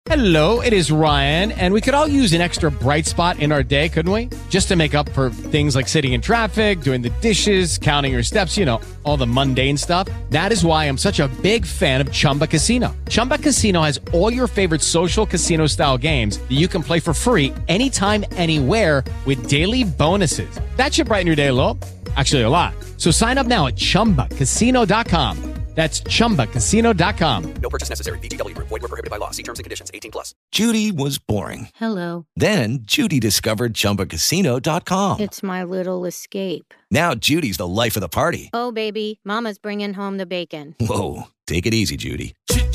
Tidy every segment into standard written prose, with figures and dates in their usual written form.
Hello, it is Ryan, and we could all use an extra bright spot in our day, couldn't we? Just to make up for things like sitting in traffic, doing the dishes, counting your steps, you know, all the mundane stuff. That is why I'm such a big fan of Chumba Casino. Chumba Casino has all your favorite social casino-style games that you can play for free anytime, anywhere with daily bonuses. That should brighten your day a little. Actually, a lot. So sign up now at ChumbaCasino.com. That's ChumbaCasino.com. No purchase necessary. VGW Group. Void where prohibited by law. See terms and conditions. 18+. Judy was boring. Hello. Then Judy discovered ChumbaCasino.com. It's my little escape. Now Judy's the life of the party. Oh, baby, mama's bringing home the bacon. Whoa, take it easy, Judy.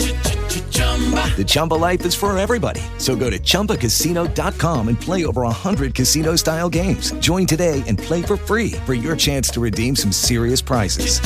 The Chumba life is for everybody. So go to ChumbaCasino.com and play over 100 casino-style games. Join today and play for free for your chance to redeem some serious prizes.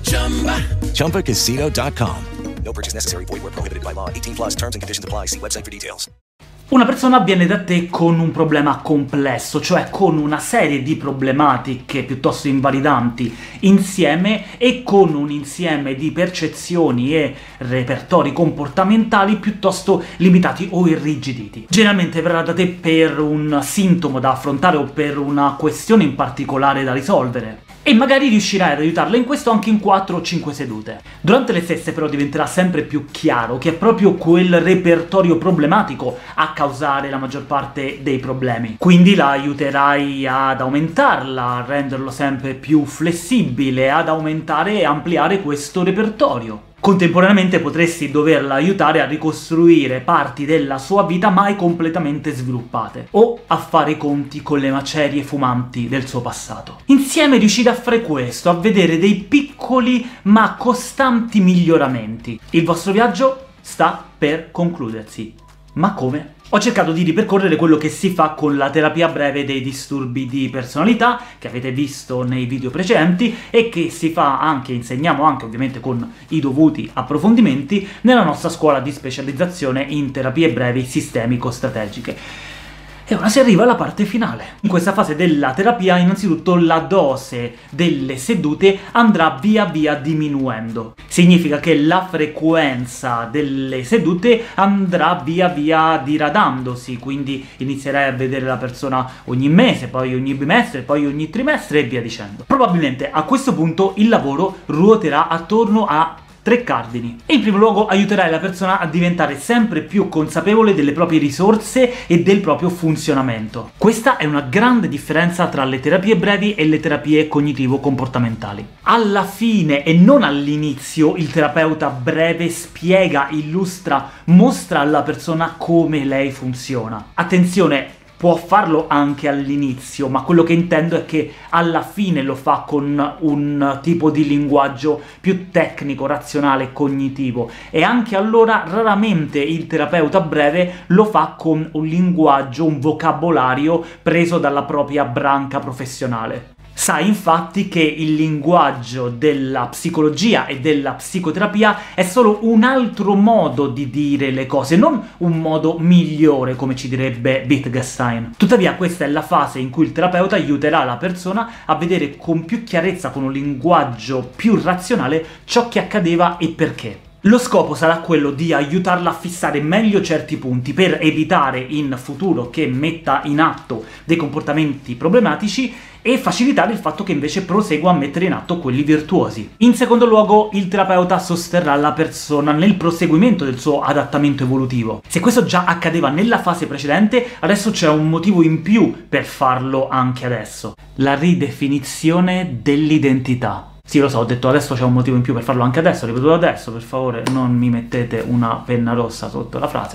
ChumbaCasino.com. No purchase necessary. Void where prohibited by law. 18+. Terms and conditions apply. See website for details. Una persona viene da te con un problema complesso, cioè con una serie di problematiche piuttosto invalidanti insieme e con un insieme di percezioni e repertori comportamentali piuttosto limitati o irrigiditi. Generalmente verrà da te per un sintomo da affrontare o per una questione in particolare da risolvere. E magari riuscirai ad aiutarla in questo anche in 4 o 5 sedute. Durante le stesse però diventerà sempre più chiaro che è proprio quel repertorio problematico a causare la maggior parte dei problemi. Quindi la aiuterai ad aumentarla, a renderlo sempre più flessibile, ad aumentare e ampliare questo repertorio. Contemporaneamente potresti doverla aiutare a ricostruire parti della sua vita mai completamente sviluppate, o a fare i conti con le macerie fumanti del suo passato. Insieme riuscite a fare questo, a vedere dei piccoli ma costanti miglioramenti. Il vostro viaggio sta per concludersi. Ma come? Ho cercato di ripercorrere quello che si fa con la terapia breve dei disturbi di personalità, che avete visto nei video precedenti, e che si fa anche, insegniamo anche ovviamente con i dovuti approfondimenti, nella nostra scuola di specializzazione in terapie brevi sistemico-strategiche. E ora si arriva alla parte finale. In questa fase della terapia, innanzitutto, la dose delle sedute andrà via via diminuendo. Significa che la frequenza delle sedute andrà via via diradandosi, quindi inizierai a vedere la persona ogni mese, poi ogni bimestre, poi ogni trimestre e via dicendo. Probabilmente a questo punto il lavoro ruoterà attorno a 3 cardini. E in primo luogo aiuterai la persona a diventare sempre più consapevole delle proprie risorse e del proprio funzionamento. Questa è una grande differenza tra le terapie brevi e le terapie cognitivo-comportamentali. Alla fine e non all'inizio il terapeuta breve spiega, illustra, mostra alla persona come lei funziona. Attenzione, può farlo anche all'inizio, ma quello che intendo è che alla fine lo fa con un tipo di linguaggio più tecnico, razionale e cognitivo, e anche allora raramente il terapeuta breve lo fa con un linguaggio, un vocabolario preso dalla propria branca professionale. Sai infatti che il linguaggio della psicologia e della psicoterapia è solo un altro modo di dire le cose, non un modo migliore, come ci direbbe Wittgenstein. Tuttavia questa è la fase in cui il terapeuta aiuterà la persona a vedere con più chiarezza, con un linguaggio più razionale, ciò che accadeva e perché. Lo scopo sarà quello di aiutarla a fissare meglio certi punti per evitare in futuro che metta in atto dei comportamenti problematici e facilitare il fatto che invece prosegua a mettere in atto quelli virtuosi. In secondo luogo, il terapeuta sosterrà la persona nel proseguimento del suo adattamento evolutivo. Se questo già accadeva nella fase precedente, adesso c'è un motivo in più per farlo anche adesso: la ridefinizione dell'identità. Sì, lo so, ho detto adesso c'è un motivo in più per farlo anche adesso, ripetuto adesso, per favore non mi mettete una penna rossa sotto la frase.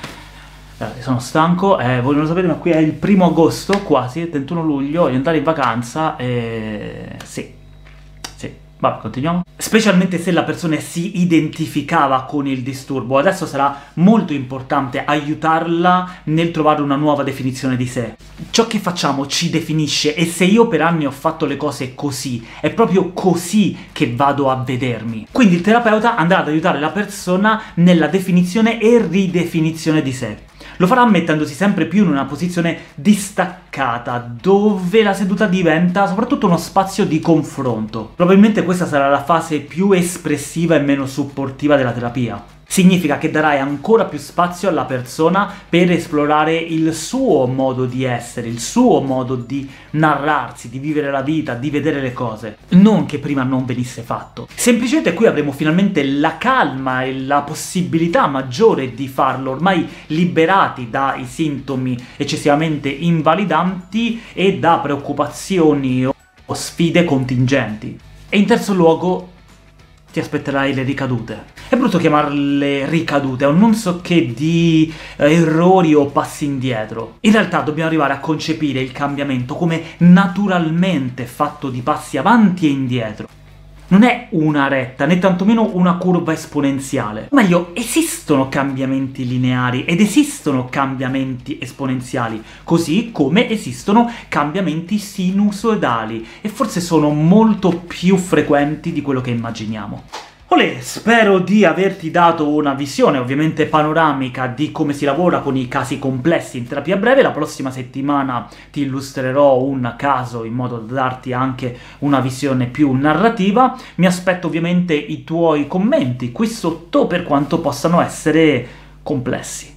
Sono stanco, voi non lo sapete, ma qui è il 1° agosto, quasi, 31 luglio, voglio andare in vacanza e... sì, vabbè, continuiamo. Specialmente se la persona si identificava con il disturbo, adesso sarà molto importante aiutarla nel trovare una nuova definizione di sé. Ciò che facciamo ci definisce, e se io per anni ho fatto le cose così, è proprio così che vado a vedermi. Quindi il terapeuta andrà ad aiutare la persona nella definizione e ridefinizione di sé. Lo farà mettendosi sempre più in una posizione distaccata, dove la seduta diventa soprattutto uno spazio di confronto. Probabilmente questa sarà la fase più espressiva e meno supportiva della terapia. Significa che darai ancora più spazio alla persona per esplorare il suo modo di essere, il suo modo di narrarsi, di vivere la vita, di vedere le cose. Non che prima non venisse fatto. Semplicemente qui avremo finalmente la calma e la possibilità maggiore di farlo, ormai liberati dai sintomi eccessivamente invalidanti e da preoccupazioni o sfide contingenti. E in terzo luogo ti aspetterai le ricadute. È brutto chiamarle ricadute, è un non so che di errori o passi indietro. In realtà dobbiamo arrivare a concepire il cambiamento come naturalmente fatto di passi avanti e indietro. Non è una retta, né tantomeno una curva esponenziale. O meglio, esistono cambiamenti lineari ed esistono cambiamenti esponenziali, così come esistono cambiamenti sinusoidali, e forse sono molto più frequenti di quello che immaginiamo. Olè, spero di averti dato una visione ovviamente panoramica di come si lavora con i casi complessi in terapia breve. La prossima settimana ti illustrerò un caso in modo da darti anche una visione più narrativa. Mi aspetto ovviamente i tuoi commenti qui sotto per quanto possano essere complessi.